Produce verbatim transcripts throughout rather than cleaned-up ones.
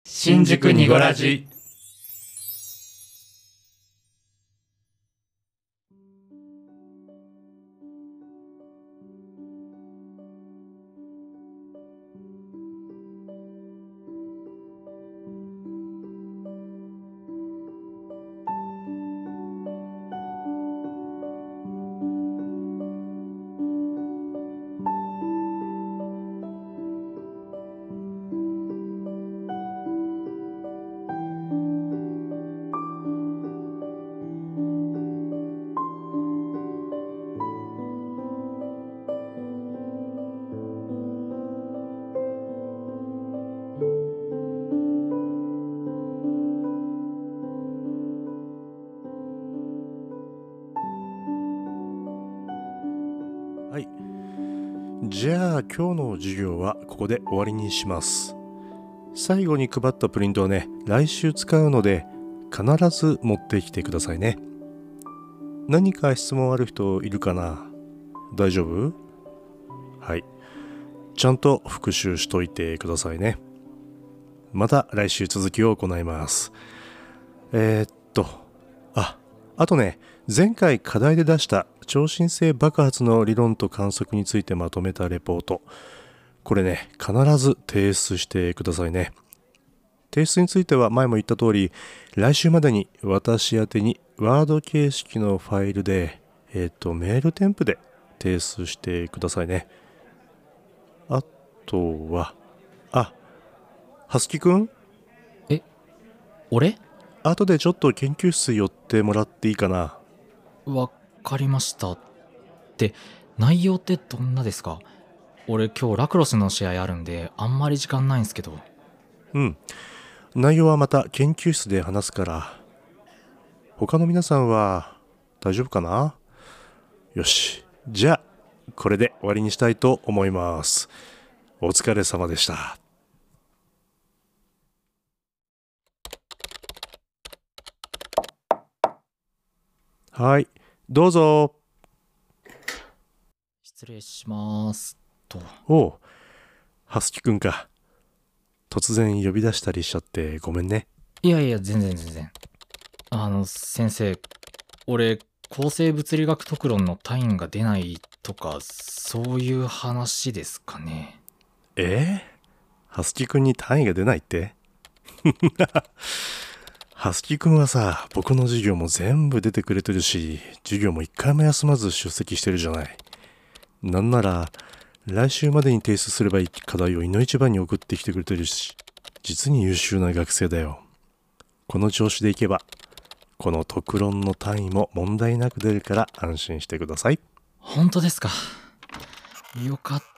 新宿にごラジ。 はい。じゃあ今日の授業はここで終わりにします。最後に配ったプリントはね、来週使うので必ず持ってきてくださいね。何か質問ある人いるかな？大丈夫？はい。ちゃんと復習しといてくださいね。また来週続きを行います。えー、っと、あ、あとね、前回課題で出した超新星爆発の理論と観測についてまとめたレポート。これね、必ず提出してくださいね。提出については前も言った通り、来週までに私宛てにワード形式のファイルで、えっと、メール添付で提出してくださいね。あとは、あ、はすきくん？ え、俺？ 後でちょっと研究室寄ってもらっていいかな？ わかりました。で、内容ってどんなですか？俺今日ラクロスの試合あるんであんまり時間ないんすけど。 うん。内容はまた研究室で話すから。他の皆さんは大丈夫かな？よし。じゃあ、これで終わりにしたいと思います。お疲れ様でした。はい、どうぞ。 失礼しますと。 おう、はすきくんか。突然呼び出したりしちゃってごめんね。 いやいや、全然全然。あの、先生、俺、構成物理学特論の単位が出ないとか、そういう話ですかね。 えー、はすきくんに単位が出ないってはすきくんはさ、僕の授業も全部出てくれてるし、授業も一回も休まず出席してるじゃない。なんなら、来週までに提出すればいい課題をいの一番に送ってきてくれてるし、実に優秀な学生だよ。この調子でいけば、この特論の単位も問題なく出るから安心してください。 本当ですか。よかった。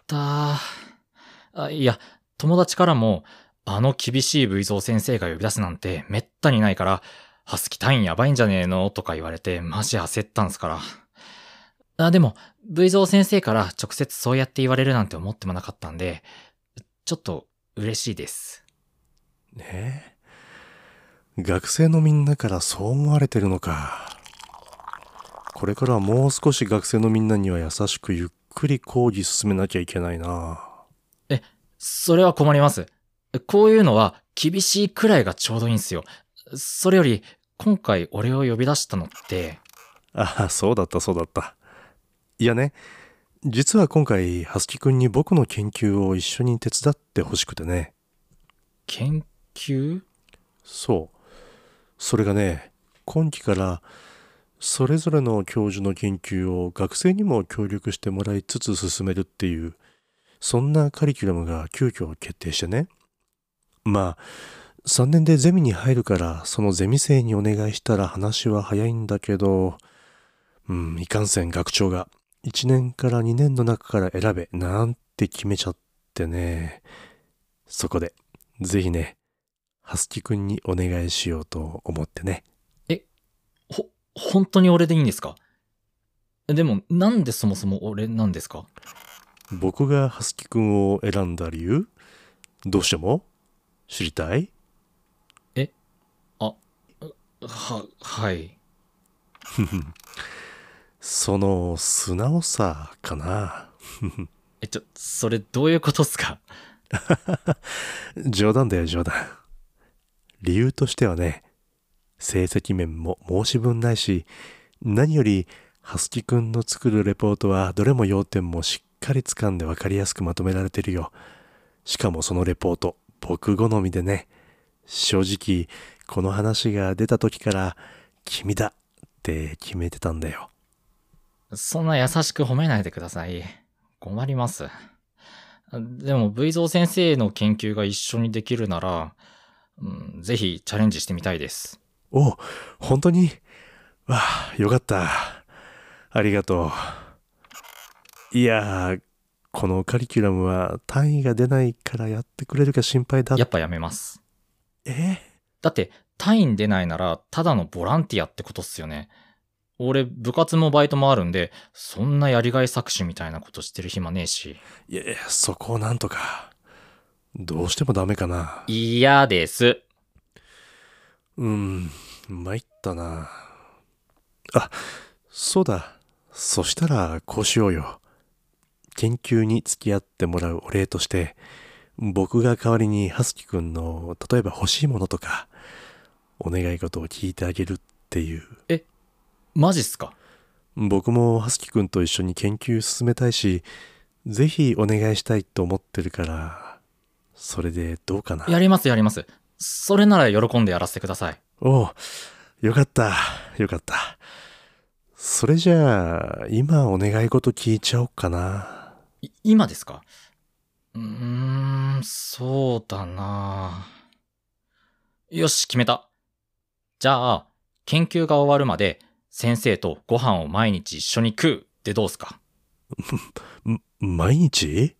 あ、いや、友達からも、あの厳しい V 蔵先生が呼び出すなんてめったにないから、はすき単位やばいんじゃねえのとか言われてマジ焦ったんすから。あ、でも、V 蔵先生から直接そうやって言われるなんて思ってもなかったんで、ちょっと嬉しいです。 ねえ。学生のみんなからそう思われてるのか。これからはもう少し学生のみんなには優しくゆっくり講義進めなきゃいけないな。 え、それは困ります。こういうのは厳しいくらいがちょうどいいんすよ。それより、今回俺を呼び出したのって。 ああ、そうだったそうだった。いやね、実は今回、はすきくんに僕の研究を一緒に手伝ってほしくてね。 研究？ そう。それがね、今期からそれぞれの教授の研究を学生にも協力してもらいつつ進めるっていう、そんなカリキュラムが急遽決定してね。まあ、さんねんでゼミに入るからそのゼミ生にお願いしたら話は早いんだけど、うん、いかんせん学長がいちねんからにねんの中から選べなんて決めちゃってね。そこで、ぜひね、はすきくんにお願いしようと思ってね。 え、ほ、本当に俺でいいんですか？でも、なんでそもそも俺なんですか？ 僕がはすきくんを選んだ理由？どうしても知りたい？ え、あ、は、はい。 その素直さかな。 え、ちょ、それどういうことっすか？ 冗談だよ冗談。 理由としてはね、成績面も申し分ないし、何よりハスキくんの作るレポートはどれも要点もしっかり掴んで分かりやすくまとめられてるよ。しかもそのレポート、僕好みでね、正直この話が出た時から君だって決めてたんだよ。 そんな優しく褒めないでください。困ります。でも、ブイゾー先生の研究が一緒にできるなら、うん、ぜひチャレンジしてみたいです。 お、本当に？わあ、よかった。ありがとう。いや、このカリキュラムは単位が出ないからやってくれるか心配だ。 やっぱやめます。 え？ だって、単位出ないなら、ただのボランティアってことっすよね。俺、部活もバイトもあるんで、そんなやりがい搾取みたいなことしてる暇ねえし。 いやいや、そこをなんとか。どうしてもダメかな。 嫌です。 うん、参ったな。あ、そうだ。そしたらこうしようよ。研究に付き合ってもらうお礼として、僕が代わりにハスキくんの例えば欲しいものとかお願い事を聞いてあげるっていう。 え、マジっすか？ 僕もハスキくんと一緒に研究進めたいし、ぜひお願いしたいと思ってるから、それでどうかな。 やりますやります。それなら喜んでやらせてください。 おう、よかったよかった。それじゃあ今お願い事聞いちゃおっかな。 い今ですか？うーん、そうだな。よし、決めた。じゃあ、研究が終わるまで先生とご飯を毎日一緒に食うってどうすか？ ん毎日？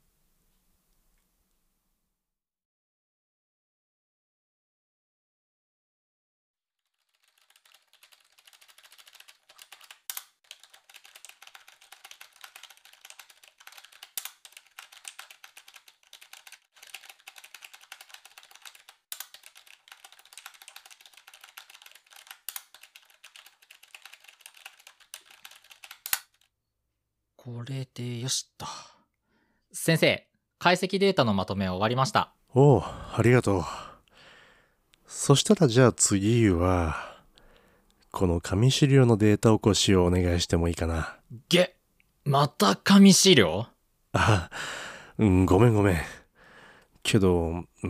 これでよしっと。先生、解析データのまとめ終わりました。 おう、ありがとう。そしたらじゃあ次は、この紙資料のデータ起こしをお願いしてもいいかな。 げ、また紙資料？ あ、うん、ごめんごめん。けど、うん、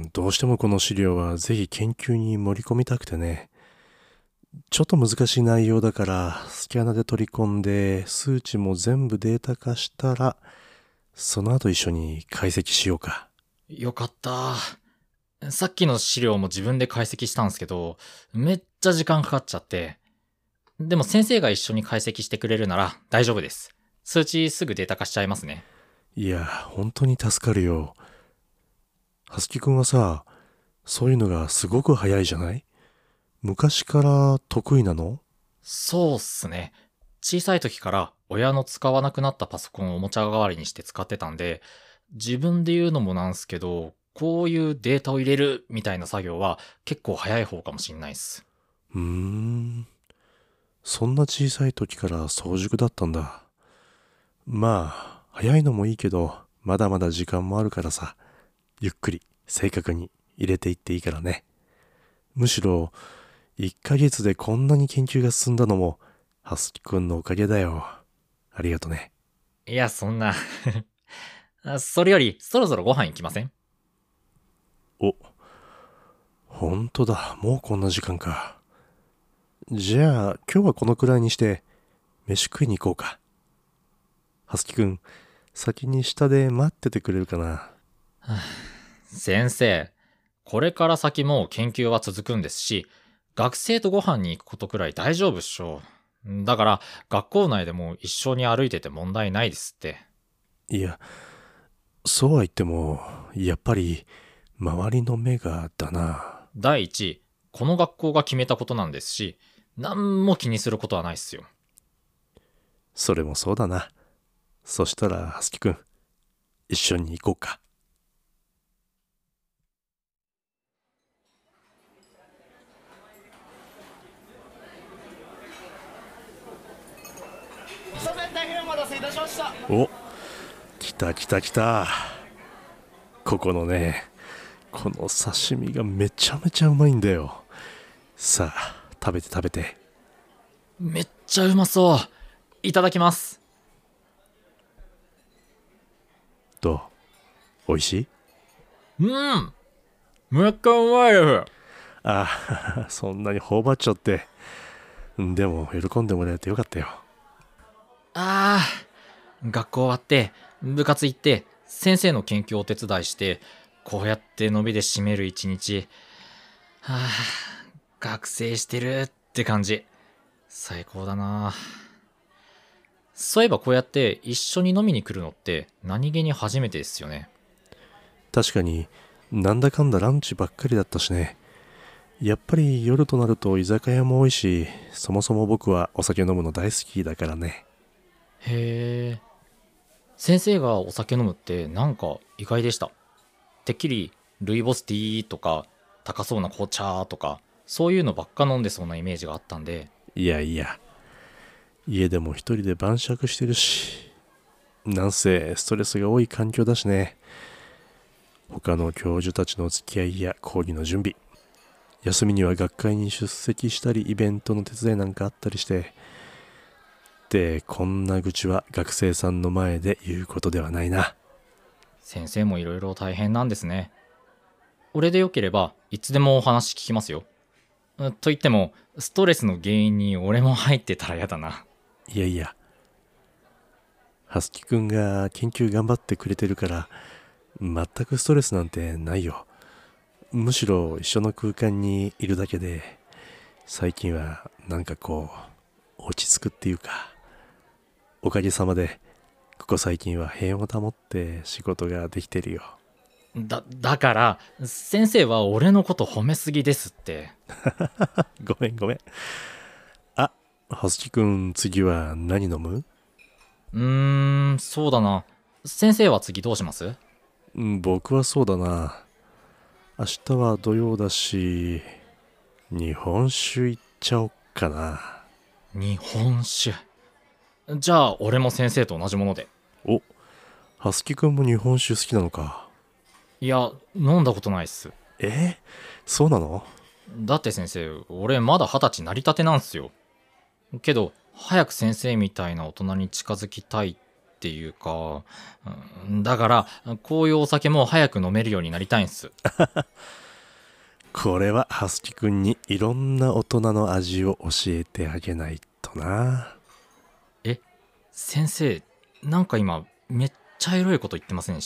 どうしてもこの資料はぜひ研究に盛り込みたくてね。ちょっと難しい内容だからスキャナで取り込んで数値も全部データ化したら、その後一緒に解析しようか。 よかった。さっきの資料も自分で解析したんすけど、めっちゃ時間かかっちゃって。でも先生が一緒に解析してくれるなら大丈夫です。数値すぐデータ化しちゃいますね。 いや、本当に助かるよ。はすきくんはさ、そういうのがすごく早いじゃない？昔から得意なの？ そうっすね。小さい時から親の使わなくなったパソコンをおもちゃ代わりにして使ってたんで、自分で言うのもなんすけど、こういうデータを入れるみたいな作業は結構早い方かもしんないっす。 うーん。そんな小さい時から早熟だったんだ。まあ、早いのもいいけど、まだまだ時間もあるからさ、ゆっくり正確に入れていっていいからね。むしろ、いっかげつでこんなに研究が進んだのも、はすきくんのおかげだよ。ありがとね。 いや、そんな。それより、そろそろご飯行きません？ お、ほんとだ。もうこんな時間か。じゃあ、今日はこのくらいにして、飯食いに行こうか。はすきくん、先に下で待っててくれるかな。 先生、これから先も研究は続くんですし、学生とご飯に行くことくらい大丈夫っしょ。だから、学校内でも一緒に歩いてて問題ないですって。 いや、そうは言っても、やっぱり、周りの目がだな。 第一、この学校が決めたことなんですし、何も気にすることはないっすよ。 それもそうだな。そしたら、はすきくん、一緒に行こうか。 すいません、大変お待たせいたしました。 お、来た来た来た。ここのね、 この刺身がめちゃめちゃうまいんだよ。さあ食べて食べて。 めっちゃうまそう。いただきます。 どう？おいしい？ うん、めっちゃうまいです。 ああそんなに頬張っちゃって。でも喜んでもらえてよかったよ。 ああ、学校終わって部活行って先生の研究をお手伝いして、こうやってのびで締める一日。はあ、学生してるって感じ。最高だな。そういえばこうやって一緒に飲みに来るのって何気に初めてですよね。 確かになんだかんだランチばっかりだったしね。やっぱり夜となると居酒屋も多いし、そもそも僕はお酒飲むの大好きだからね。 へえ。先生がお酒飲むってなんか意外でした。てっきりルイボスティーとか高そうな紅茶とかそういうのばっか飲んでそうなイメージがあったんで。 いやいや、家でも一人で晩酌してるし、なんせストレスが多い環境だしね。他の教授たちの付き合いや講義の準備、休みには学会に出席したりイベントの手伝いなんかあったりして。で、こんな愚痴は学生さんの前で言うことではないな。 先生もいろいろ大変なんですね。俺でよければいつでもお話聞きますよ。と言ってもストレスの原因に俺も入ってたらやだな。 いやいや、はすきくんが研究頑張ってくれてるから全くストレスなんてないよ。むしろ一緒の空間にいるだけで最近はなんかこう落ち着くっていうか、おかげさまでここ最近は平穏を保って仕事ができてるよ。 だ、だから先生は俺のこと褒めすぎですって。 ごめんごめん。あ、はすきくん次は何飲む？ うーん、そうだな。先生は次どうします？ うん、僕はそうだな。明日は土曜だし、日本酒いっちゃおっかな。 日本酒。じゃあ俺も先生と同じもので。 お、はすきくんも日本酒好きなのか。 いや、飲んだことないっす。 え、そうなの？ だって先生、俺まだ二十歳なりたてなんすよ。けど早く先生みたいな大人に近づきたいっていうか、だからこういうお酒も早く飲めるようになりたいんす。 これははすきくんにいろんな大人の味を教えてあげないとな。 え、先生、なんか今めっちゃエロいこと言ってませんでした？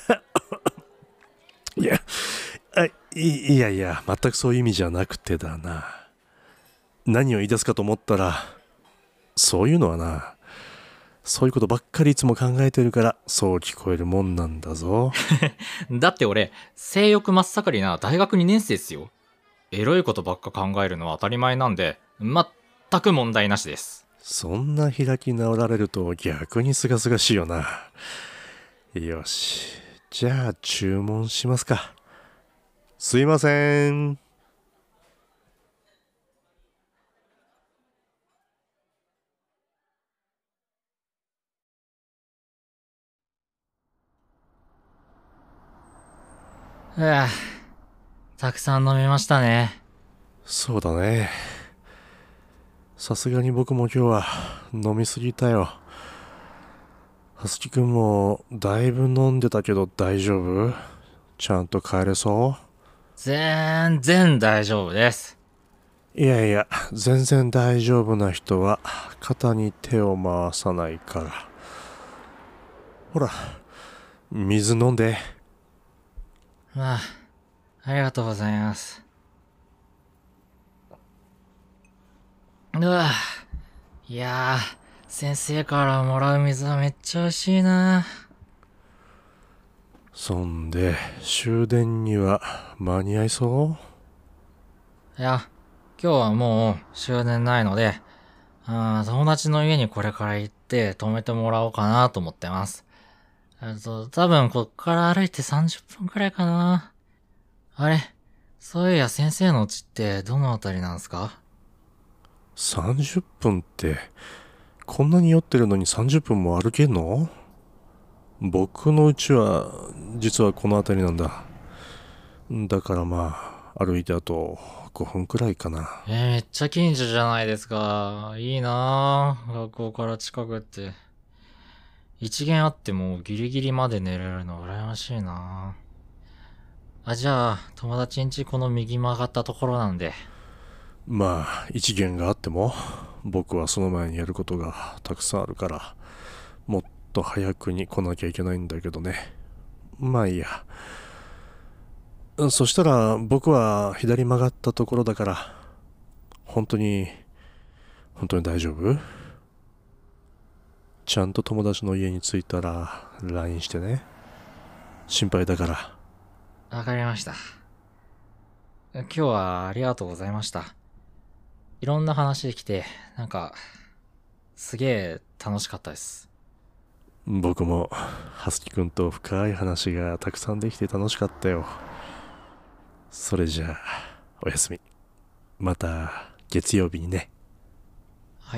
いやあい、いやいや、全くそういう意味じゃなくてだな。何を言い出すかと思ったら、そういうのはな、そういうことばっかりいつも考えてるからそう聞こえるもんなんだぞ。 だって俺性欲真っ盛りな大学にねん生っすよ。エロいことばっか考えるのは当たり前なんで全く問題なしです。 そんな開き直られると逆にすがすがしいよな。よし、じゃあ注文しますか。すいません。 ふぅ、たくさん飲みましたね。 そうだね。さすがに僕も今日は飲みすぎたよ。はすきくんもだいぶ飲んでたけど大丈夫？ちゃんと帰れそう？ 全然大丈夫です。 いやいや、全然大丈夫な人は肩に手を回さないから。ほら、水飲んで。 ああ、ありがとうございます。うわ、いやー、先生からもらう水はめっちゃ美味しいな。 そんで終電には間に合いそいや、今日はもう終電ないので、あ友達の家にこれから行って泊めてもらおうかなと思ってます。えっと、多分こっから歩いてさんじゅっぷんくらいかな。あれ、そういや先生の家ってどのあたりなんすか？ う？さんじゅっぷんって、こんなに酔ってるのにさんじゅっぷんも歩けんの？僕の家は実はこの辺りなんだ。 だからまあ歩いてあとごふんくらいかな。 えー、めっちゃ近所じゃないですか。いいなぁ。学校から近くって。一限あってもギリギリまで寝れるの羨ましいなぁ。あ、じゃあ、友達ん家この右曲がったところなんで。 まあ一限があっても僕はその前にやることがたくさんあるからもっと早くに来なきゃいけないんだけどね。まあいいや。そしたら僕は左曲がったところだから本当に本当に大丈夫？ちゃんと友達の家に着いたら ライン してね。心配だから。 わかりました。今日はありがとうございました。いろんな話できて、なんか、すげえ楽しかったです。 僕もはすきくんと深い話がたくさんできて楽しかったよ。それじゃあおやすみ。また月曜日にね。 はい。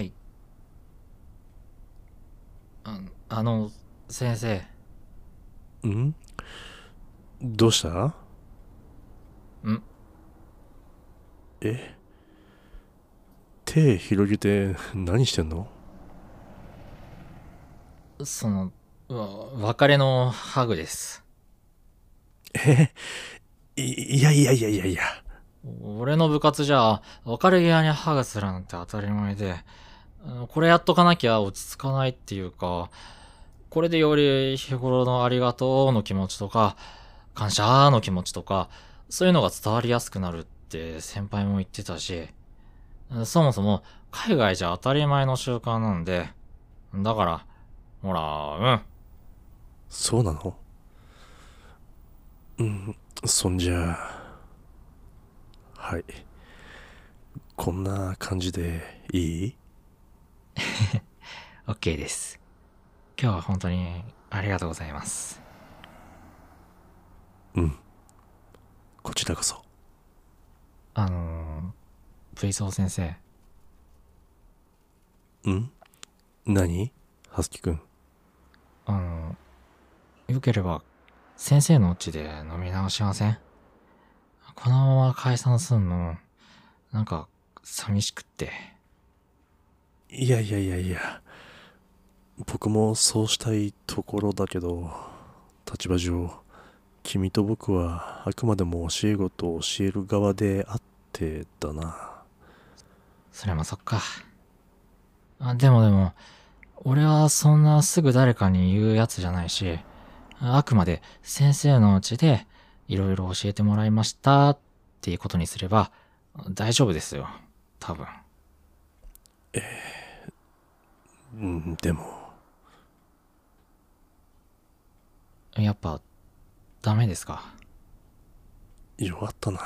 ああの、先生。 ん？どうした？ ん？ え？手広げて何してんの？ その、別れのハグです。 え？いやいやいやいやいや。 俺の部活じゃ、別れ際にハグするなんて当たり前で、これやっとかなきゃ落ち着かないっていうか、これでより日頃のありがとうの気持ちとか、感謝の気持ちとか、そういうのが伝わりやすくなるって先輩も言ってたし、そもそも海外じゃ当たり前の習慣なんで、だから、ほら、うん。 そうなの？うん、そんじゃはい。こんな感じでいい？ OK です。今日は本当にありがとうございます。 うん。こちらこそ。 あのー、V ゾー先生。 ん？何？はすきくん。 あのー、よければ、先生の家で飲み直しません？このまま解散すんの、なんか、寂しくって。 いやいやいやいや。僕もそうしたいところだけど、立場上、君と僕はあくまでも教え子と教える側であってだな。 それもそっか。あ、でもでも、俺はそんなすぐ誰かに言うやつじゃないし、あくまで先生のうちでいろいろ教えてもらいましたっていうことにすれば大丈夫ですよ。多分。 うん、でも。 やっぱ、ダメですか？ 弱ったな。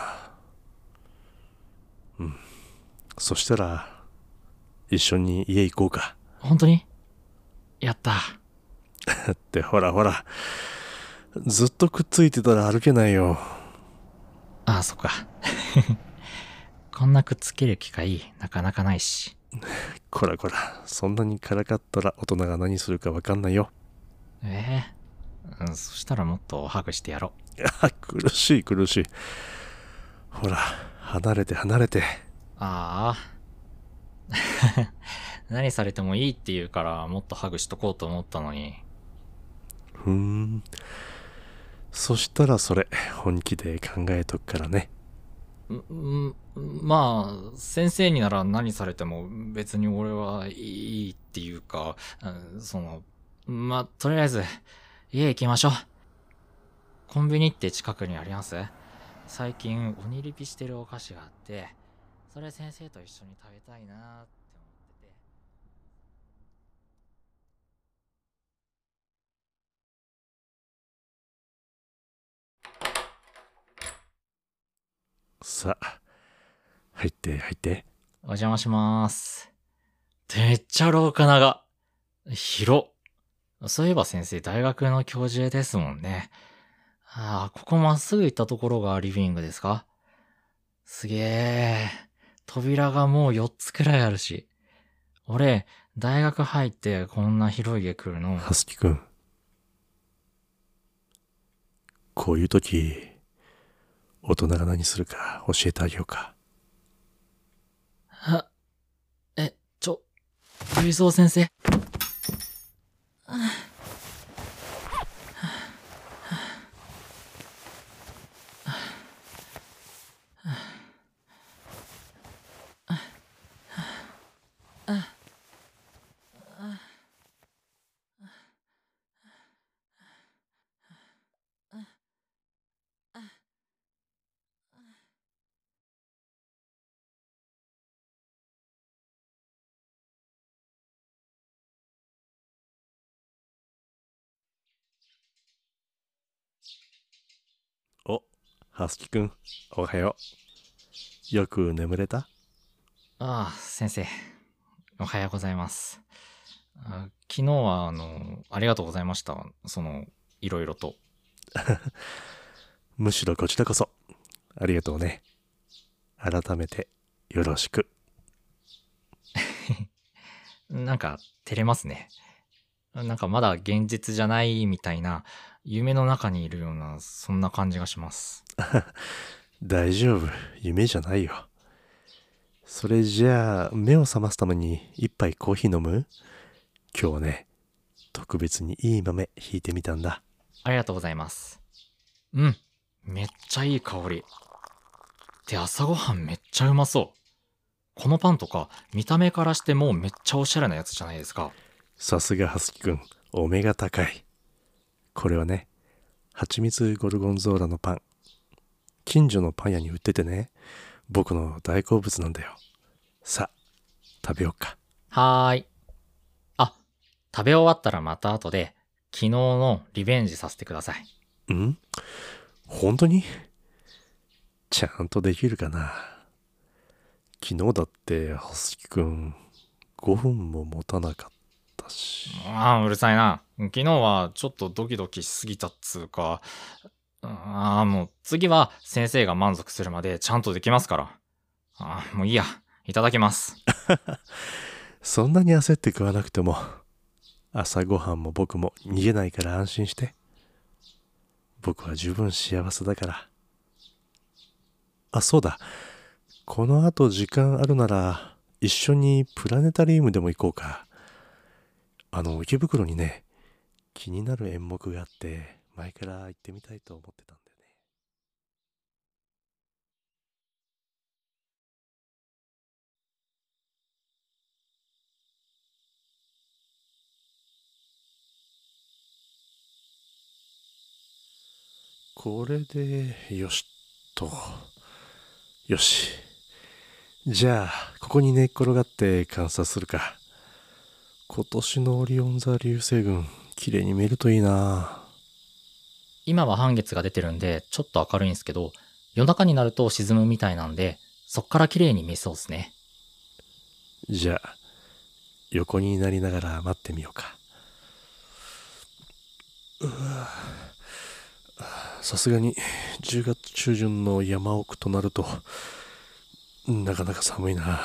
うん。そしたら、一緒に家行こうか。 本当に？やった。 ってほらほら。ずっとくっついてたら歩けないよ。 ああ、そっか。こんなくっつける機会なかなかないし。 こらこら、そんなにからかったら大人が何するかわかんないよ。 ええ、うん、そしたらもっとハグしてやろう。 あ、苦しい苦しい。ほら、離れて離れて。 ああ。何されてもいいって言うからもっとハグしとこうと思ったのに。 ふーん。そしたらそれ本気で考えとくからね。 ん、まあ、先生になら何されても別に俺はいいっていうか、その、まあ、とりあえず、家行きましょう。コンビニって近くにあります？最近、鬼リピしてるお菓子があって、それ先生と一緒に食べたいなーって思ってて。 さあ、入って入って。 お邪魔しまーす。めっちゃ廊下長。広。そういえば先生大学の教授ですもんね。ああ、ここまっすぐ行ったところがリビングですか？すげえ。扉がもうよっつくらいあるし。俺、大学入ってこんな広い家来るの。 はすきくん。 大人が何するか教えてあげようか。 あ、え、ちょ、ブイゾー先生。 お、はすきくん、おはよう。よく眠れた？ ああ、先生。おはようございます。あ、昨日は、あの、ありがとうございました。その、いろいろと。 むしろこちらこそ、ありがとうね。改めて、よろしく。 なんか、照れますね。なんかまだ現実じゃないみたいな、夢の中にいるような、そんな感じがします。 大丈夫、夢じゃないよ。それじゃあ、目を覚ますために一杯コーヒー飲む？今日はね、特別にいい豆ひいてみたんだ。 ありがとうございます。うん。めっちゃいい香り。で、朝ごはんめっちゃうまそう。このパンとか、見た目からしてもうめっちゃおしゃれなやつじゃないですか。 さすがはすきくん、お目が高い。これはね、蜂蜜ゴルゴンゾーラのパン。近所のパン屋に売っててね、僕の大好物なんだよ。さあ、食べようか。 はーい。あ、食べ終わったらまた後で、昨日のリベンジさせてください。 ん？本当に？ちゃんとできるかな。昨日だってはすきくんごふんも持たなかったし。 ああ、うるさいな。昨日はちょっとドキドキしすぎたっつうか。ああ、もう次は先生が満足するまでちゃんとできますから。ああ、もういいや。いただきます。 そんなに焦って食わなくても、朝ごはんも僕も逃げないから安心して。僕は十分幸せだから。あ、そうだ。この後時間あるなら一緒にプラネタリウムでも行こうか。あの池袋にね、気になる演目があって前から行ってみたいと思ってたんだよね。これでよしと。よし。じゃあここに寝っ転がって観察するか。今年のオリオン座流星群、綺麗に見えるといいな。 今は半月が出てるんで、ちょっと明るいんですけど、夜中になると沈むみたいなんで、そっから綺麗に見えそうですね。 じゃあ、横になりながら待ってみようか。さすがにじゅうがつ中旬の山奥となると、なかなか寒いな。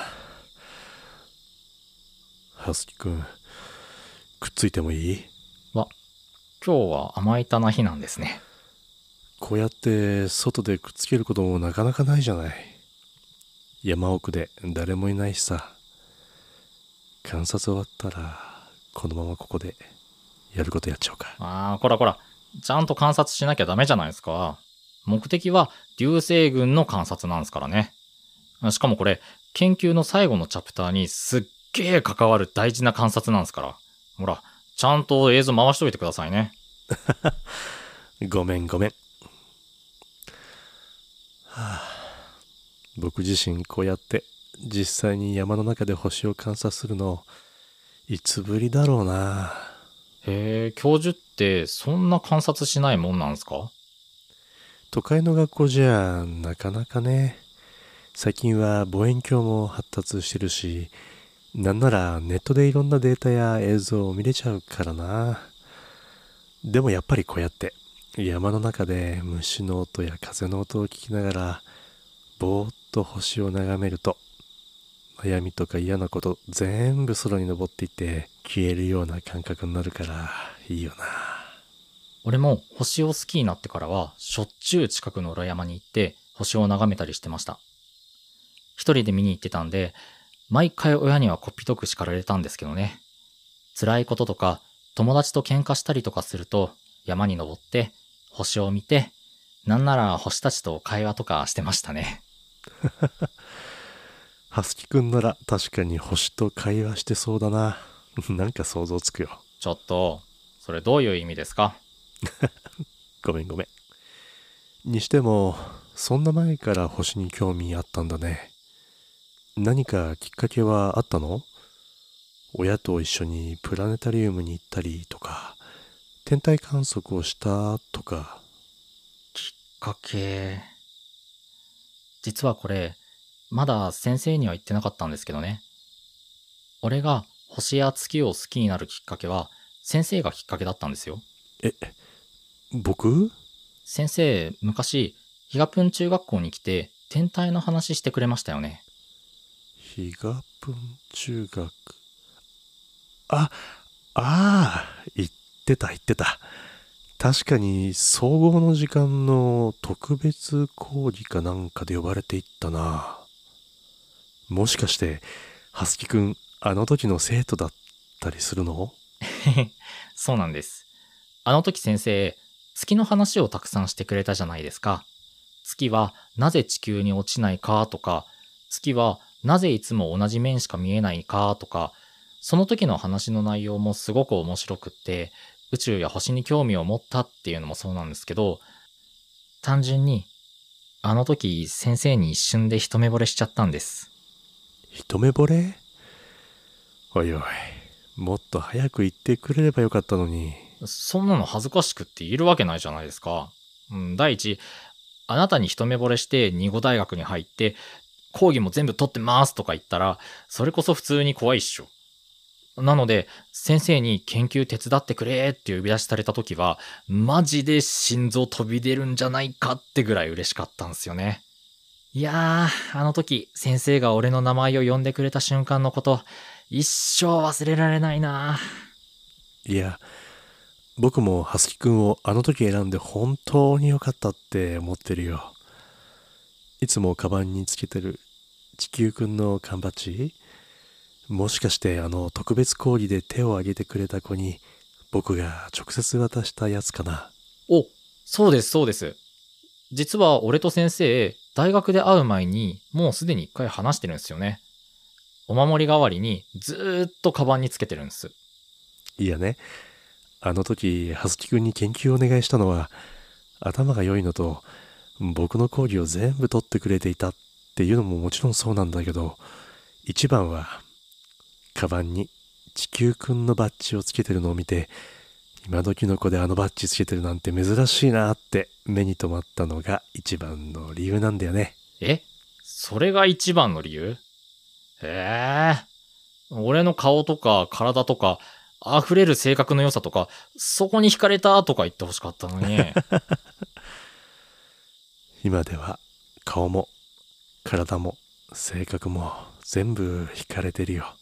はすきくん、くっついてもいい？ わ、今日は甘いたな日なんですね。 こうやって外でくっつけることもなかなかないじゃない。山奥で誰もいないしさ。観察終わったらこのままここでやることやっちゃおうか。 あー、こらこら。ちゃんと観察しなきゃダメじゃないですか。目的は流星群の観察なんですからね。しかもこれ、研究の最後のチャプターにすっげー関わる大事な観察なんですから。ほら、ちゃんと映像回しといてくださいね。 ごめんごめん。はあ、僕自身こうやって実際に山の中で星を観察するのいつぶりだろうな。 へえ、教授ってそんな観察しないもんなんすか？ 都会の学校じゃなかなかね。最近は望遠鏡も発達してるし、なんならネットでいろんなデータや映像を見れちゃうからな。でもやっぱりこうやって山の中で虫の音や風の音を聞きながらぼーっと星を眺めると、悩みとか嫌なこと全部空に登っていって消えるような感覚になるからいいよな。 俺も星を好きになってからはしょっちゅう近くの裏山に行って星を眺めたりしてました。一人で見に行ってたんで、毎回親にはこっぴどく叱られたんですけどね。辛いこととか、友達と喧嘩したりとかすると、山に登って、星を見て、なんなら星たちと会話とかしてましたね。 はすきくんなら確かに星と会話してそうだな。なんか想像つくよ。 ちょっと、それどういう意味ですか？ ごめんごめん。にしても、そんな前から星に興味あったんだね。何かきっかけはあったの？親と一緒にプラネタリウムに行ったりとか、天体観測をしたとか。 きっかけ。実はこれ、まだ先生には言ってなかったんですけどね。俺が星や月を好きになるきっかけは、先生がきっかけだったんですよ。 え、僕？ 先生、昔、ヒガプン中学校に来て、天体の話してくれましたよね。 ヒガプン中学。あ、ああ、言ってた言ってた。確かに総合の時間の特別講義かなんかで呼ばれていったな。もしかして、はすきくん、あの時の生徒だったりするの？ そうなんです。あの時先生、月の話をたくさんしてくれたじゃないですか。月はなぜ地球に落ちないかとか、月はなぜいつも同じ面しか見えないかとか、その時の話の内容もすごく面白くって、宇宙や星に興味を持ったっていうのもそうなんですけど、単純に、あの時先生に一瞬で一目惚れしちゃったんです。 一目惚れ？おいおい、もっと早く言ってくれればよかったのに。 そんなの恥ずかしくって言えるわけないじゃないですか。うん、第一、あなたに一目惚れして二語大学に入って、講義も全部取ってますとか言ったら、それこそ普通に怖いっしょ。なので、先生に研究手伝ってくれって呼び出しされた時は、マジで心臓飛び出るんじゃないかってぐらい嬉しかったんですよね。いやー、あの時、先生が俺の名前を呼んでくれた瞬間のこと、一生忘れられないな。 いや、僕もはすきくんをあの時選んで本当に良かったって思ってるよ。いつもカバンにつけてる地球くんの缶バッジ？もしかしてあの特別講義で手を挙げてくれた子に僕が直接渡したやつかな。 お、そうですそうです。実は俺と先生、大学で会う前にもうすでに一回話してるんですよね。お守り代わりにずーっとカバンにつけてるんです。 いやね、あの時はすきくんに研究をお願いしたのは頭が良いのと僕の講義を全部取ってくれていたっていうのももちろんそうなんだけど、一番はカバンに地球くんのバッジをつけてるのを見て、今時の子であのバッジつけてるなんて珍しいなって目に留まったのが一番の理由なんだよね。 え？それが一番の理由？へえ。俺の顔とか体とか、溢れる性格の良さとか、そこに惹かれたとか言ってほしかったのに。 今では顔も体も性格も全部惹かれてるよ。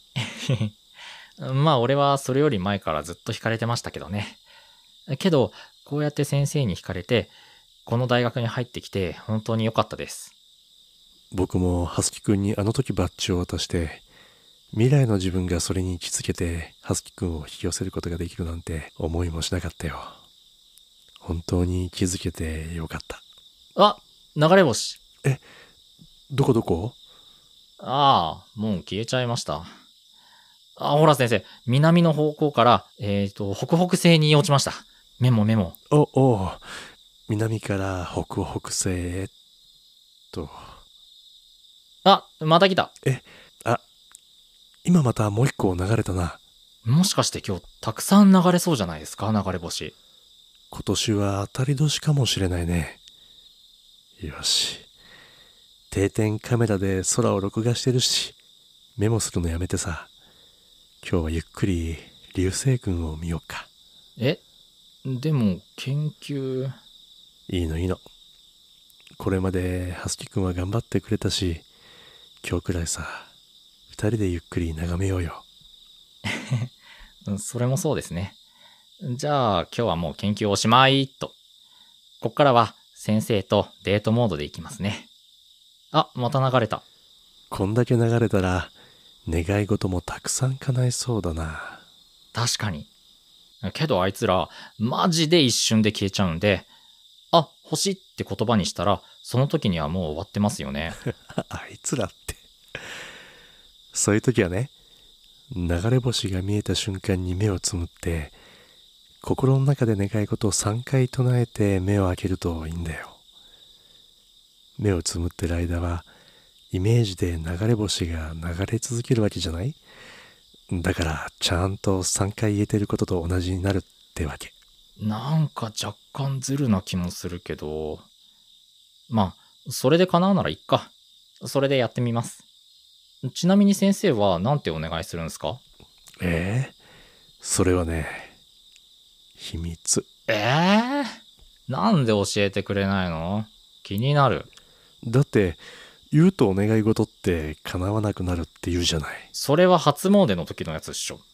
まあ俺はそれより前からずっと惹かれてましたけどね。けど、こうやって先生に惹かれて、この大学に入ってきて本当に良かったです。 僕もはすきくんにあの時バッジを渡して、未来の自分がそれに気づけてはすきくんを引き寄せることができるなんて思いもしなかったよ。本当に気づけてよかった。 あ、流れ星。 え、どこどこ？ ああ、もう消えちゃいました。あ、ほら先生、南の方向から、えっと、北北西に落ちました。メモメモ。 お、おう、南から北北西へと。 あ、また来た。 え、あ、今またもう一個流れたな。 もしかして今日たくさん流れそうじゃないですか、流れ星。 今年は当たり年かもしれないね。よし。定点カメラで空を録画してるし、メモするのやめてさ。今日はゆっくり流星群を見ようか。 え、でも研究。 いいのいいの。これまではすきくんは頑張ってくれたし、今日くらいさ、二人でゆっくり眺めようよ。 それもそうですね。じゃあ今日はもう研究おしまいと。こっからは先生とデートモードで行きますね。あ、また流れた。 こんだけ流れたら願い事もたくさん叶えそうだな。 確かに。けどあいつら、マジで一瞬で消えちゃうんで、あ、星って言葉にしたら、その時にはもう終わってますよね。 あいつらって。そういう時はね、流れ星が見えた瞬間に目をつむって、心の中で願い事をさんかい唱えて目を開けるといいんだよ。目をつむってる間は、イメージで流れ星が流れ続けるわけじゃない？だからちゃんとさんかい言えてることと同じになるってわけ。 なんか若干ズルな気もするけど、まあ、それで叶うならいっか。それでやってみます。ちなみに先生は何てお願いするんですか？ ええそれはね、秘密。 えー、なんで教えてくれないの？気になる。 だって言うとお願い事って叶わなくなるって言うじゃない。 それは初詣の時のやつっしょ。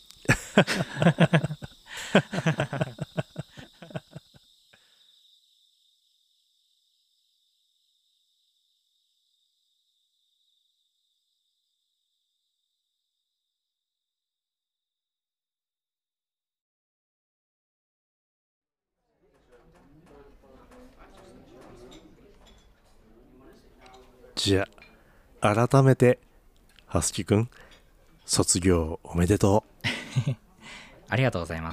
じゃあ改めてはすきくん、卒業おめでとう。 ありがとうございます。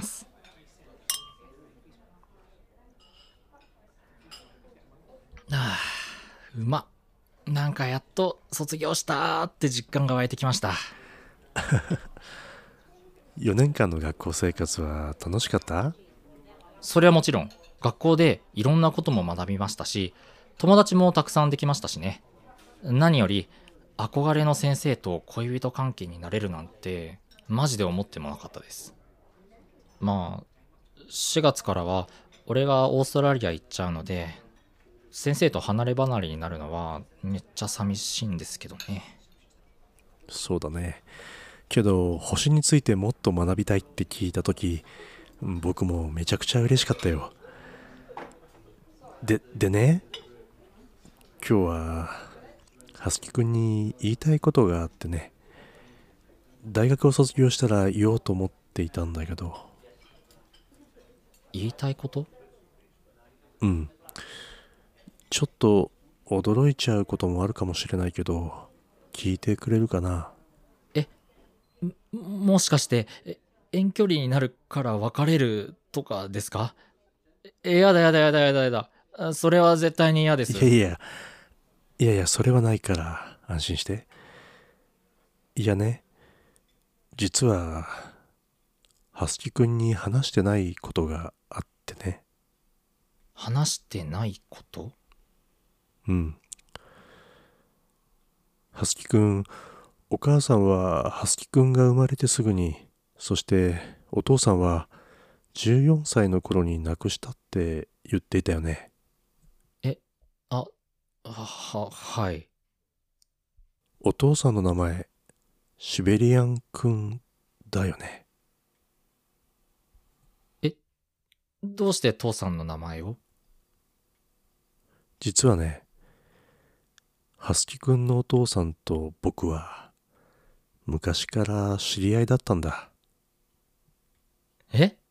ああ、うまっ。なんかやっと卒業したーって実感が湧いてきました。 よねんかんの学校生活は楽しかった？ それはもちろん、学校でいろんなことも学びましたし、友達もたくさんできましたしね。何より、憧れの先生と恋人関係になれるなんて、マジで思ってもなかったです。まあ、しがつからは、俺がオーストラリア行っちゃうので、先生と離れ離れになるのはめっちゃ寂しいんですけどね。 そうだね。けど星についてもっと学びたいって聞いた時、僕もめちゃくちゃ嬉しかったよ。で、でね、今日ははすきくんに言いたいことがあってね、大学を卒業したら言おうと思っていたんだけど。 言いたいこと？ うん。ちょっと驚いちゃうこともあるかもしれないけど、聞いてくれるかな？ え、もしかして、遠距離になるから別れるとかですか？え、やだやだやだやだやだ。それは絶対に嫌です。 いやいや、いやいや、それはないから安心して。いやね、実は、はすきくんに話してないことがあってね。 話してないこと？ うん。はすきくん、お母さんははすきくんが生まれてすぐに、そしてお父さんはじゅうよんさいの頃に亡くしたって言っていたよね。 え、あ、は、はい。 お父さんの名前、シベリアンくんだよね。 え、どうして父さんの名前を？ 実はね、はすきくんのお父さんと僕は昔から知り合いだったんだ。 え？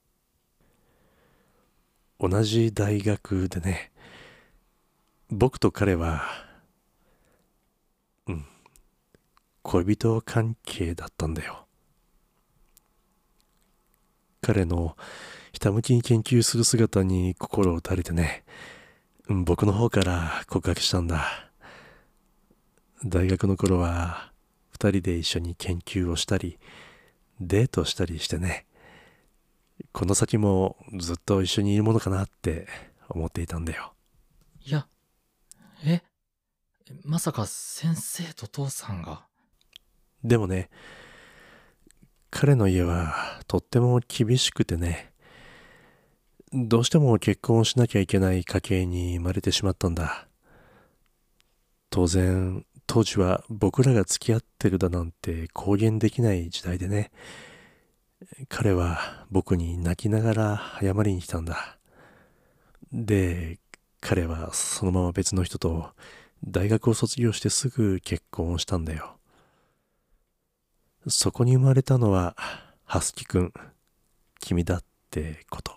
同じ大学でね、僕と彼は、うん、恋人関係だったんだよ。彼のひたむきに研究する姿に心を打たれてね、僕の方から告白したんだ。大学の頃は二人で一緒に研究をしたりデートしたりしてね、この先もずっと一緒にいるものかなって思っていたんだよ。 いや、え、まさか先生と父さんが？ でもね、彼の家はとっても厳しくてね、どうしても結婚をしなきゃいけない家系に生まれてしまったんだ。当然当時は僕らが付き合ってるだなんて公言できない時代でね、彼は僕に泣きながら謝りに来たんだ。で、 彼はそのまま別の人と大学を卒業してすぐ結婚をしたんだよ。そこに生まれたのはハスキくん、君だってこと。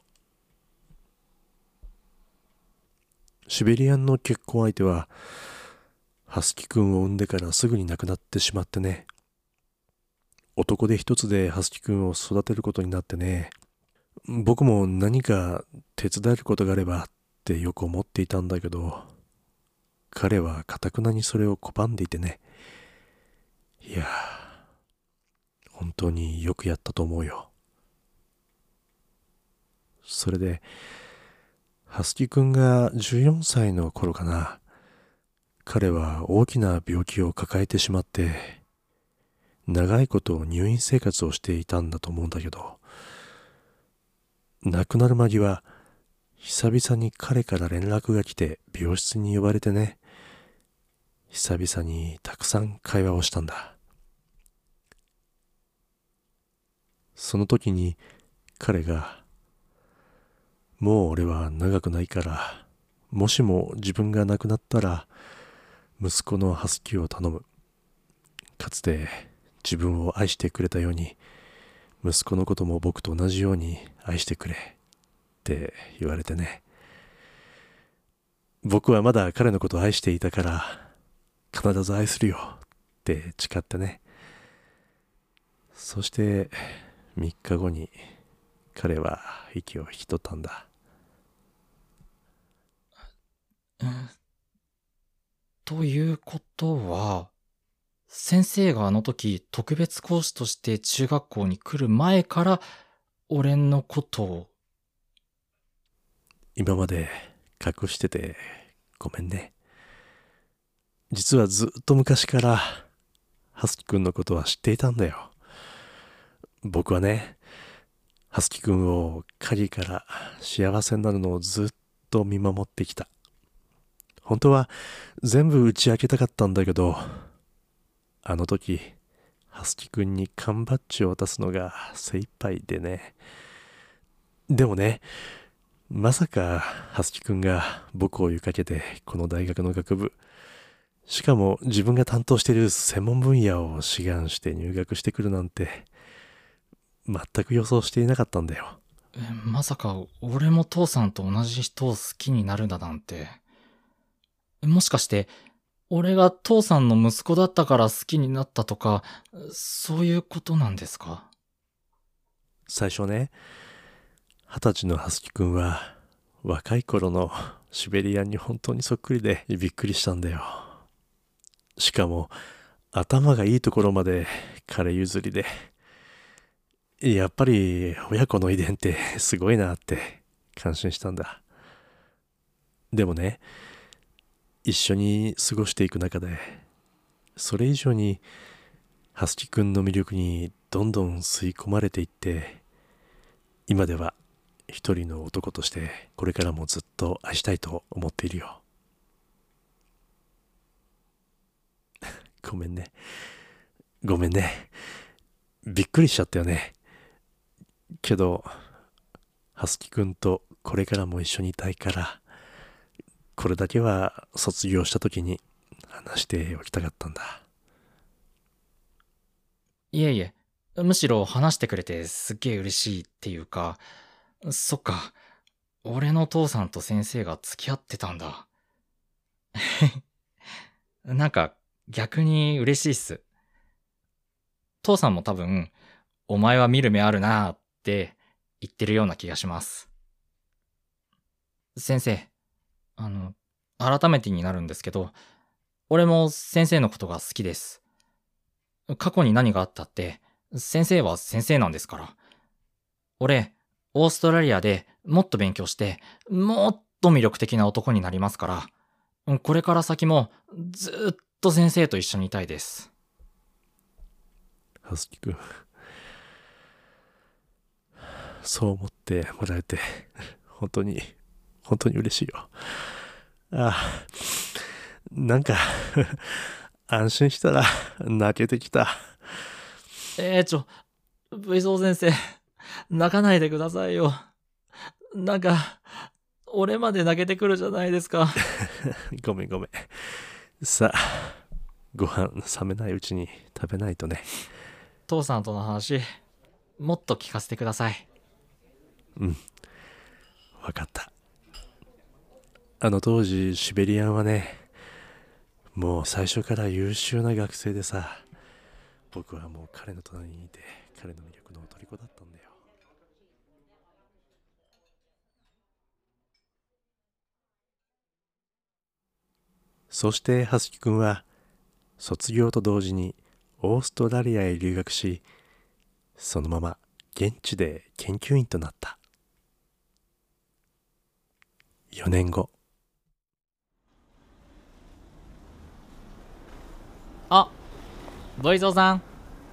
シベリアンの結婚相手はハスキくんを産んでからすぐに亡くなってしまってね。男で一つでハスキくんを育てることになってね。僕も何か手伝えることがあればってよく思っていたんだけど、彼は頑なにそれを拒んでいてね。いや、本当によくやったと思うよ。それで、ハスキくんがじゅうよんさいの頃かな、彼は大きな病気を抱えてしまって、長いこと入院生活をしていたんだと思うんだけど、亡くなる間際、久々に彼から連絡が来て病室に呼ばれてね、久々にたくさん会話をしたんだ。その時に彼が、もう俺は長くないから、もしも自分が亡くなったら、息子のハスキを頼む。かつて自分を愛してくれたように、息子のことも僕と同じように愛してくれって言われてね。僕はまだ彼のことを愛していたから、必ず愛するよって誓ってね。そしてみっかごに彼は息を引き取ったんだ。 うん、ということは、先生があの時特別講師として中学校に来る前から俺のことを。 今まで隠しててごめんね。実はずっと昔からハスキくんのことは知っていたんだよ。僕はね、ハスキくんを鍵から幸せになるのをずっと見守ってきた。本当は全部打ち明けたかったんだけど、あの時ハスキくんに缶バッジを渡すのが精一杯でね。でもね、まさかハスキくんが僕を追いかけてこの大学の学部、しかも自分が担当している専門分野を志願して入学してくるなんて全く予想していなかったんだよ。 え、まさか俺も父さんと同じ人を好きになるだなんて。もしかして俺が父さんの息子だったから好きになったとか、そういうことなんですか？ 最初ね、二十歳のハスキくんは若い頃のシベリアンに本当にそっくりでびっくりしたんだよ。しかも頭がいいところまで彼譲りで、やっぱり親子の遺伝ってすごいなって感心したんだ。でもね、一緒に過ごしていく中で、それ以上にハスキくんの魅力にどんどん吸い込まれていって、今では一人の男としてこれからもずっと愛したいと思っているよ。ごめんね。ごめんね。びっくりしちゃったよね。けど、ハスキくんとこれからも一緒にいたいから、これだけは卒業した時に話しておきたかったんだ。 いえいえ、むしろ話してくれてすっげえ嬉しいっていうか、そっか、俺の父さんと先生が付き合ってたんだ。なんか逆に嬉しいっす。父さんも多分、お前は見る目あるなーって言ってるような気がします。先生、あの、改めてになるんですけど、俺も先生のことが好きです。過去に何があったって、先生は先生なんですから。俺、オーストラリアでもっと勉強して、もっと魅力的な男になりますから、これから先もずっと先生と一緒にいたいです。 ハスキくん、そう思ってもらえて本当に本当に嬉しいよ。ああ、なんか安心したら泣けてきた。 えー、ちょ、V ゾー先生、泣かないでくださいよ。なんか、 俺まで投げてくるじゃないですか。 ごめんごめん。さあ、ご飯冷めないうちに食べないとね。 父さんとの話、もっと聞かせてください。 うん、わかった。あの当時シベリアンはね、もう最初から優秀な学生でさ、僕はもう彼の隣にいて彼の魅力の虜だったんだよ。そして葉月くんは卒業と同時にオーストラリアへ留学し、そのまま現地で研究員となった。よねんご。 あ、ボイゾーさん。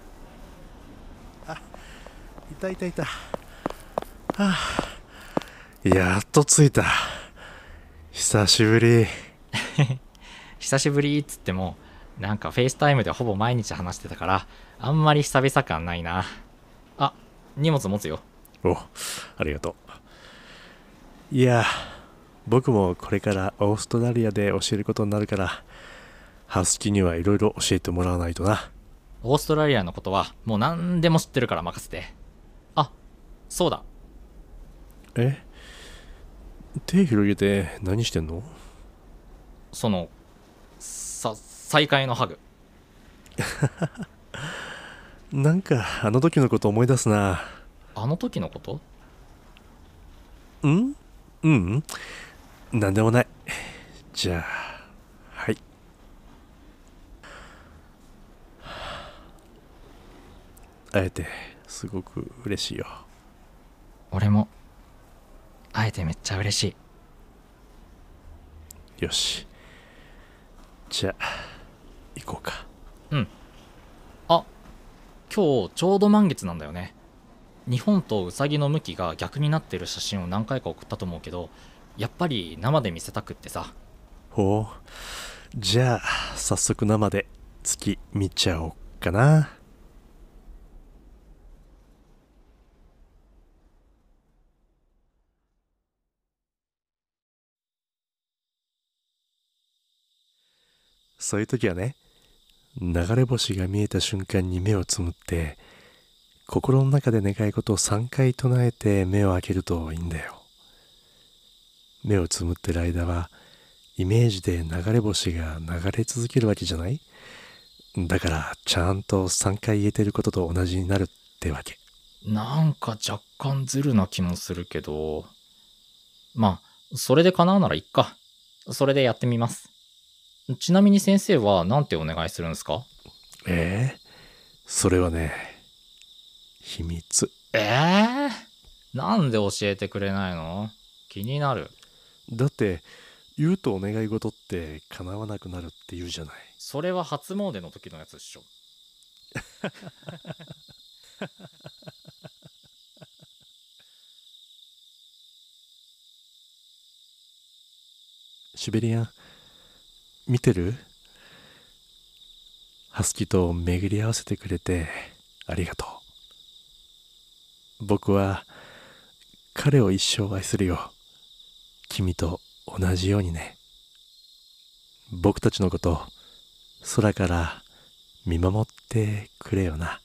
いたいたいた。はあ、やっと着いた。久しぶり。 久しぶりっつっても、なんかフェイスタイムでほぼ毎日話してたから、あんまり久々感ないな。あ、荷物持つよ。 お、ありがとう。いや、僕もこれからオーストラリアで教えることになるから、ハスキにはいろいろ教えてもらわないとな。 オーストラリアのことはもう何でも知ってるから任せて。あ、そうだ。 え、手広げて何してんの？ その、さ、再会のハグ。 なんかあの時のこと思い出すな。 あの時のこと？ ん？うん、なんでもない。じゃあ、はい。会えてすごく嬉しいよ。 俺も、会えてめっちゃ嬉しい。 よし。じゃあ、行こうか。 うん。あ、今日ちょうど満月なんだよね。日本とウサギの向きが逆になってる写真を何回か送ったと思うけど、やっぱり生で見せたくってさ。 ほう。じゃあ、早速生で月見ちゃおうかな。そういう時はね、流れ星が見えた瞬間に目をつむって、心の中で願い事をさんかい唱えて目を開けるといいんだよ。目をつむってる間は、イメージで流れ星が流れ続けるわけじゃない？だからちゃんとさんかい言えてることと同じになるってわけ。 なんか若干ズルな気もするけど、まあ、それで叶うならいっか。それでやってみます。ちなみに先生は何てお願いするんですか？ ええ、それはね、秘密。 えー、なんで教えてくれないの？気になる。 だって言うとお願い事って叶わなくなるって言うじゃない。 それは初詣の時のやつっしょ。 シベリアン見てる？ハスキと巡り合わせてくれてありがとう。僕は彼を一生愛するよ。君と同じようにね。僕たちのこと空から見守ってくれよな。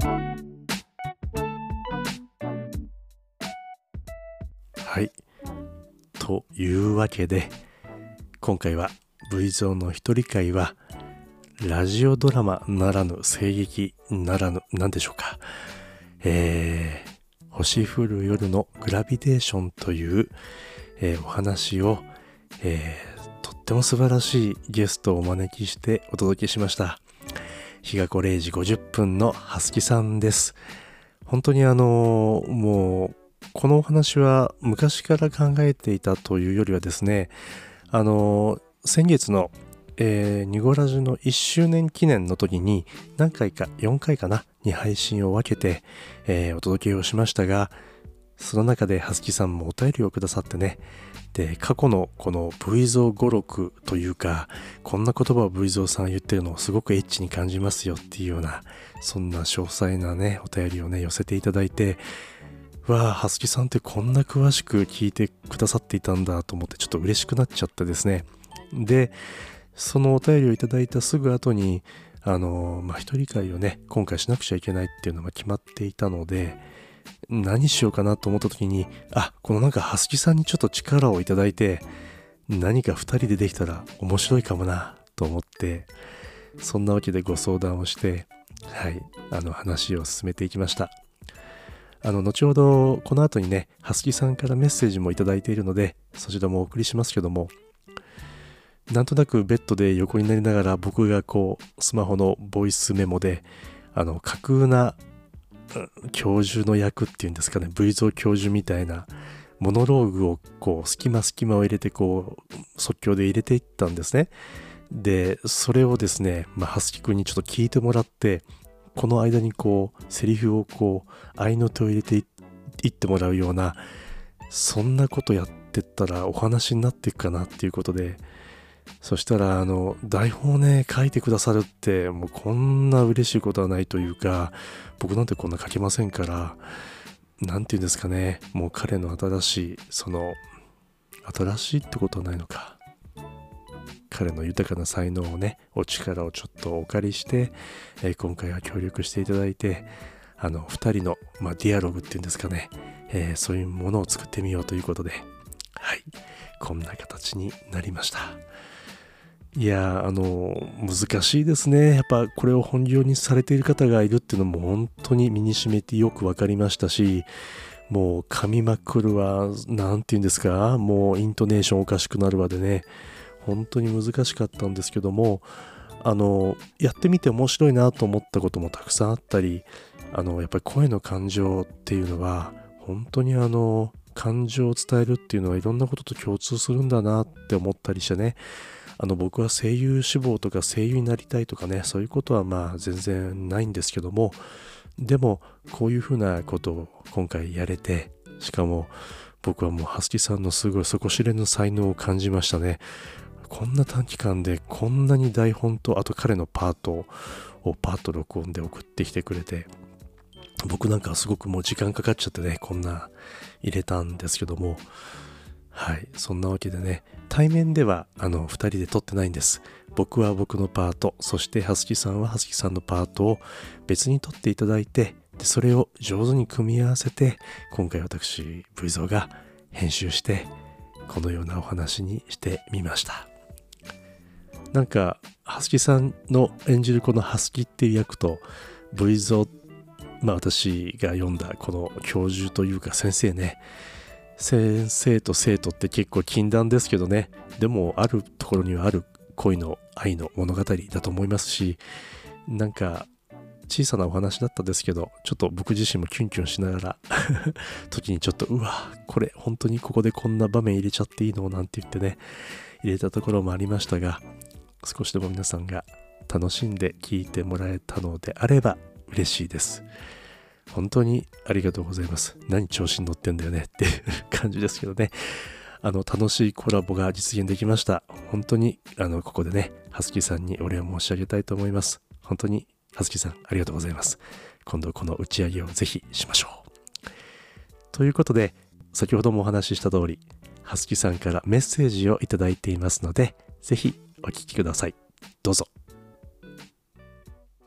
はい。というわけで、今回は V ゾーンの一人会は、ラジオドラマならぬ声劇ならぬ何でしょうか。えー、星降る夜のグラビテーションという、えー、お話を、えー、とっても素晴らしいゲストをお招きしてお届けしました。日がこれいじごじゅっぷんのはすきさんです。本当にあのもうこのお話は昔から考えていたというよりはですね、あの先月の、えー、ニゴラジのいっしゅうねん記念の時に何回かよんかいかなに配信を分けて、えー、お届けをしましたが、その中ではすきさんもお便りをくださってね、で過去のこの V ゾー語録というか、こんな言葉を V ゾーさん言ってるのをすごくエッチに感じますよっていうような、そんな詳細なねお便りをね寄せていただいて、わあはすきさんってこんな詳しく聞いてくださっていたんだと思って、ちょっと嬉しくなっちゃってですね。でそのお便りをいただいたすぐ後にあのまあ一人会をね今回しなくちゃいけないっていうのが決まっていたので、何しようかなと思った時に、あこのなんかはすきさんにちょっと力をいただいて何かふたりでできたら面白いかもなと思って、そんなわけでご相談をして、はいあの話を進めていきました。あの後ほどこの後にねはすきさんからメッセージもいただいているので、そちらもお送りしますけども、なんとなくベッドで横になりながら僕がこうスマホのボイスメモであの架空な教授の役っていうんですかね、 V ゾー教授みたいなモノローグをこう隙間隙間を入れてこう即興で入れていったんですね。でそれをですね、まあ、はすきくんにちょっと聞いてもらって、この間にこうセリフをこう合いの手を入れていってもらうような、そんなことやってったらお話になっていくかなっていうことで、そしたらあの台本をね書いてくださるってもうこんな嬉しいことはないというか、僕なんてこんな書けませんから、なんていうんですかね、もう彼の新しいその新しいってことはないのか、彼の豊かな才能をねお力をちょっとお借りして、えー、今回は協力していただいて、あのふたりの、まあ、ディアログっていうんですかね、えー、そういうものを作ってみようということで、はいこんな形になりました。いやあの難しいですね。やっぱこれを本業にされている方がいるっていうのも本当に身に染めてよく分かりましたし、もう噛みまくるわ、なんていうんですか、もうイントネーションおかしくなるわでね、本当に難しかったんですけども、あのやってみて面白いなと思ったこともたくさんあったり、あのやっぱり声の感情っていうのは本当にあの感情を伝えるっていうのはいろんなことと共通するんだなって思ったりしてね、あの僕は声優志望とか声優になりたいとかね、そういうことはまあ全然ないんですけども、でもこういうふうなことを今回やれて、しかも僕はもうはすきさんのすごい底知れぬ才能を感じましたね。こんな短期間でこんなに台本とあと彼のパートをパート録音で送ってきてくれて、僕なんかはすごくもう時間かかっちゃってねこんな入れたんですけども、はいそんなわけでね、対面ではあのふたりで撮ってないんです。僕は僕のパート、そしてはすきさんははすきさんのパートを別に撮っていただいて、でそれを上手に組み合わせて今回私 V ゾーが編集してこのようなお話にしてみました。なんかはすきさんの演じるこのはすきっていう役と V ゾー、まあ私が読んだこの教授というか先生ね、先生と生徒って結構禁断ですけどね、でもあるところにはある恋の愛の物語だと思いますし、なんか小さなお話だったですけど、ちょっと僕自身もキュンキュンしながら時にちょっとうわこれ本当にここでこんな場面入れちゃっていいのなんて言ってね入れたところもありましたが、少しでも皆さんが楽しんで聞いてもらえたのであれば嬉しいです。本当にありがとうございます。何調子に乗ってんだよねっていう感じですけどね、あの楽しいコラボが実現できました。本当にあのここでねはすきさんにお礼を申し上げたいと思います。本当にはすきさんありがとうございます。今度この打ち上げをぜひしましょう。ということで先ほどもお話しした通り、はすきさんからメッセージをいただいていますので、ぜひお聞きください。どうぞ。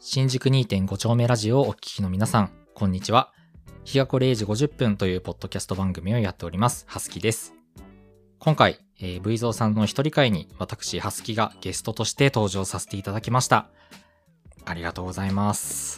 新宿 にてんご 丁目ラジオをお聞きの皆さん、こんにちは。日がこれいじごじゅっぷんというポッドキャスト番組をやっております、はすきです。今回、えー、V ゾーさんの一人会に私、はすきがゲストとして登場させていただきました。ありがとうございます。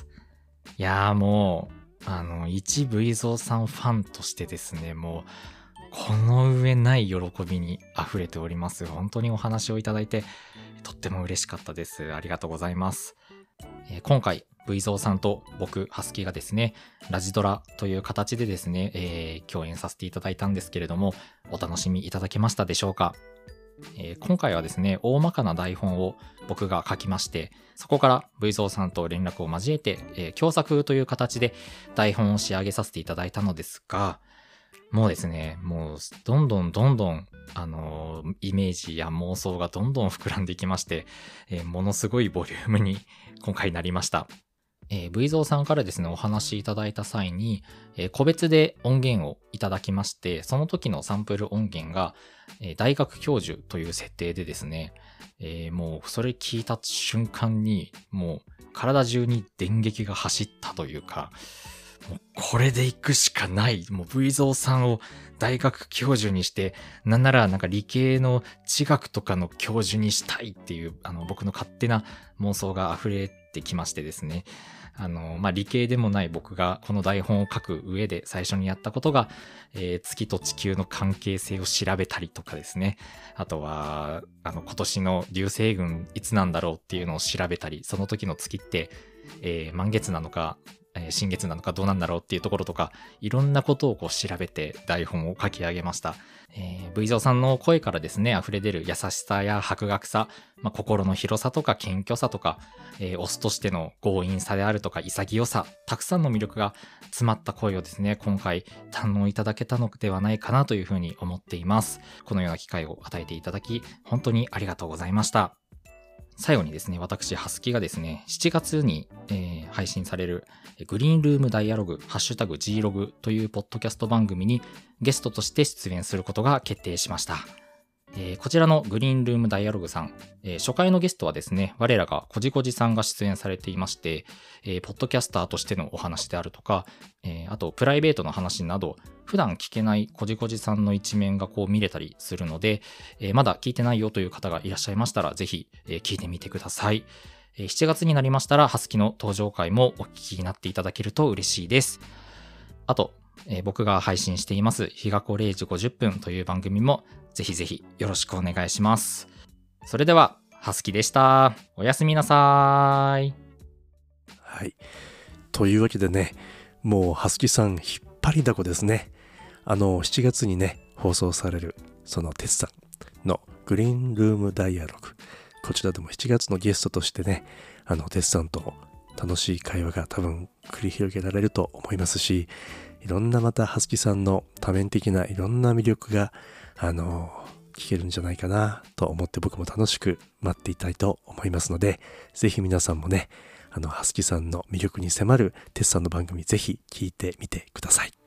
いやーもう、あの、一 V ゾーさんファンとしてですね、もう、この上ない喜びに溢れております。本当にお話をいただいて、とっても嬉しかったです。ありがとうございます。えー、今回、V ゾーさんと僕、はすきがですね、ラジドラという形でですね、えー、共演させていただいたんですけれども、お楽しみいただけましたでしょうか。えー、今回はですね、大まかな台本を僕が書きまして、そこから V ゾーさんと連絡を交えて、えー、共作という形で台本を仕上げさせていただいたのですが、もうですね、もうどんどんどんどん、あのー、イメージや妄想がどんどん膨らんでいきまして、えー、ものすごいボリュームに今回なりました。えー、V ゾーさんからですね、お話しいただいた際に、えー、個別で音源をいただきまして、その時のサンプル音源が、えー、大学教授という設定でですね、えー、もうそれ聞いた瞬間に、もう体中に電撃が走ったというか、もうこれで行くしかない。もう V ゾーさんを大学教授にして、なんならなんか理系の地学とかの教授にしたいっていう、あの僕の勝手な妄想が溢れてきましてですね。あの、まあ、理系でもない僕がこの台本を書く上で最初にやったことが、えー、月と地球の関係性を調べたりとかですね。あとは、あの、今年の流星群いつなんだろうっていうのを調べたり、その時の月って、えー、満月なのか、えー、新月なのかどうなんだろうっていうところとか、いろんなことをこう調べて台本を書き上げました。えー、V ゾーさんの声からですね、溢れ出る優しさや博学さ、まあ、心の広さとか謙虚さとか、えー、オスとしての強引さであるとか潔さ、たくさんの魅力が詰まった声をですね、今回堪能いただけたのではないかなというふうに思っています。このような機会を与えていただき、本当にありがとうございました。最後にですね、私、はすきがですね、しちがつに、えー、配信されるグリーンルームダイアログ、ハッシュタグ G ログというポッドキャスト番組にゲストとして出演することが決定しました。えー、こちらのグリーンルームダイアログさん、えー、初回のゲストはですね、我らがこじこじさんが出演されていまして、えー、ポッドキャスターとしてのお話であるとか、えー、あとプライベートの話など、普段聞けないこじこじさんの一面がこう見れたりするので、えー、まだ聞いてないよという方がいらっしゃいましたら、ぜひ、えー、聞いてみてください。えー、しちがつになりましたら、はすきの登場回もお聞きになっていただけると嬉しいです。あと、えー、僕が配信しています、日がこれいじごじゅっぷんという番組も、ぜひぜひよろしくお願いします。それでは、はすきでした。おやすみなさい。 はい。というわけでね、もうはすきさん引っ張りだこですね。あの、しちがつにね、放送される、そのてつさんのグリーンルームダイアログ。こちらでもしちがつのゲストとしてね、あの、てつさんと楽しい会話が多分繰り広げられると思いますし、いろんなまたはすきさんの多面的ないろんな魅力があの聞けるんじゃないかなと思って僕も楽しく待っていたいと思いますので、ぜひ皆さんもね、あのはすきさんの魅力に迫るてつさんの番組ぜひ聞いてみてください。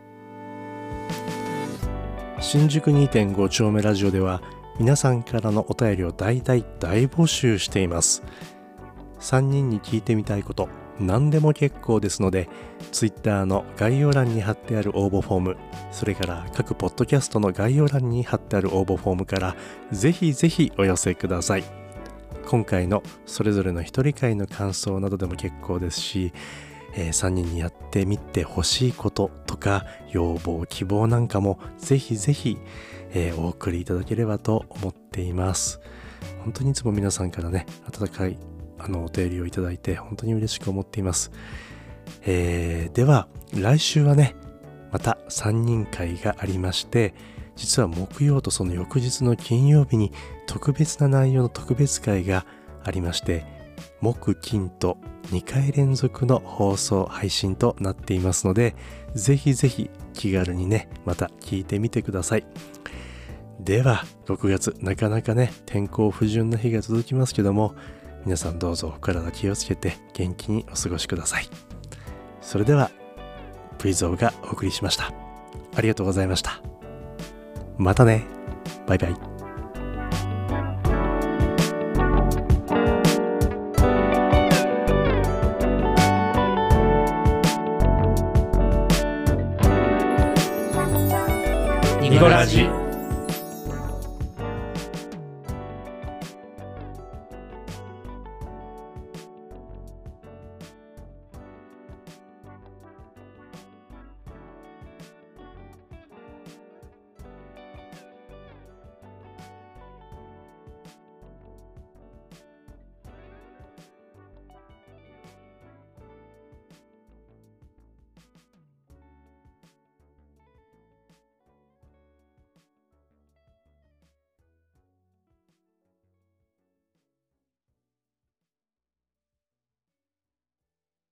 新宿 にてんご 丁目ラジオでは皆さんからのお便りを大大大募集しています。さんにんに聞いてみたいこと、何でも結構ですので、Twitter の概要欄に貼ってある応募フォーム、それから各ポッドキャストの概要欄に貼ってある応募フォームからぜひぜひお寄せください。今回のそれぞれの一人会の感想などでも結構ですし、えー、さんにんにやってみてほしいこととか要望希望なんかもぜひぜひ、えー、お送りいただければと思っています。本当にいつも皆さんからね、温かいあのお便りをいただいて本当に嬉しく思っています。えー、では来週はね、またさんにん会がありまして、実は木曜とその翌日の金曜日に特別な内容の特別会がありまして、木金とにかい連続の放送配信となっていますので、ぜひぜひ気軽にね、また聞いてみてください。ではろくがつ、なかなかね天候不順な日が続きますけども、皆さんどうぞお体気をつけて元気にお過ごしください。それでは V ゾーがお送りしました。ありがとうございました。またね。バイバイ。 ゴラジ。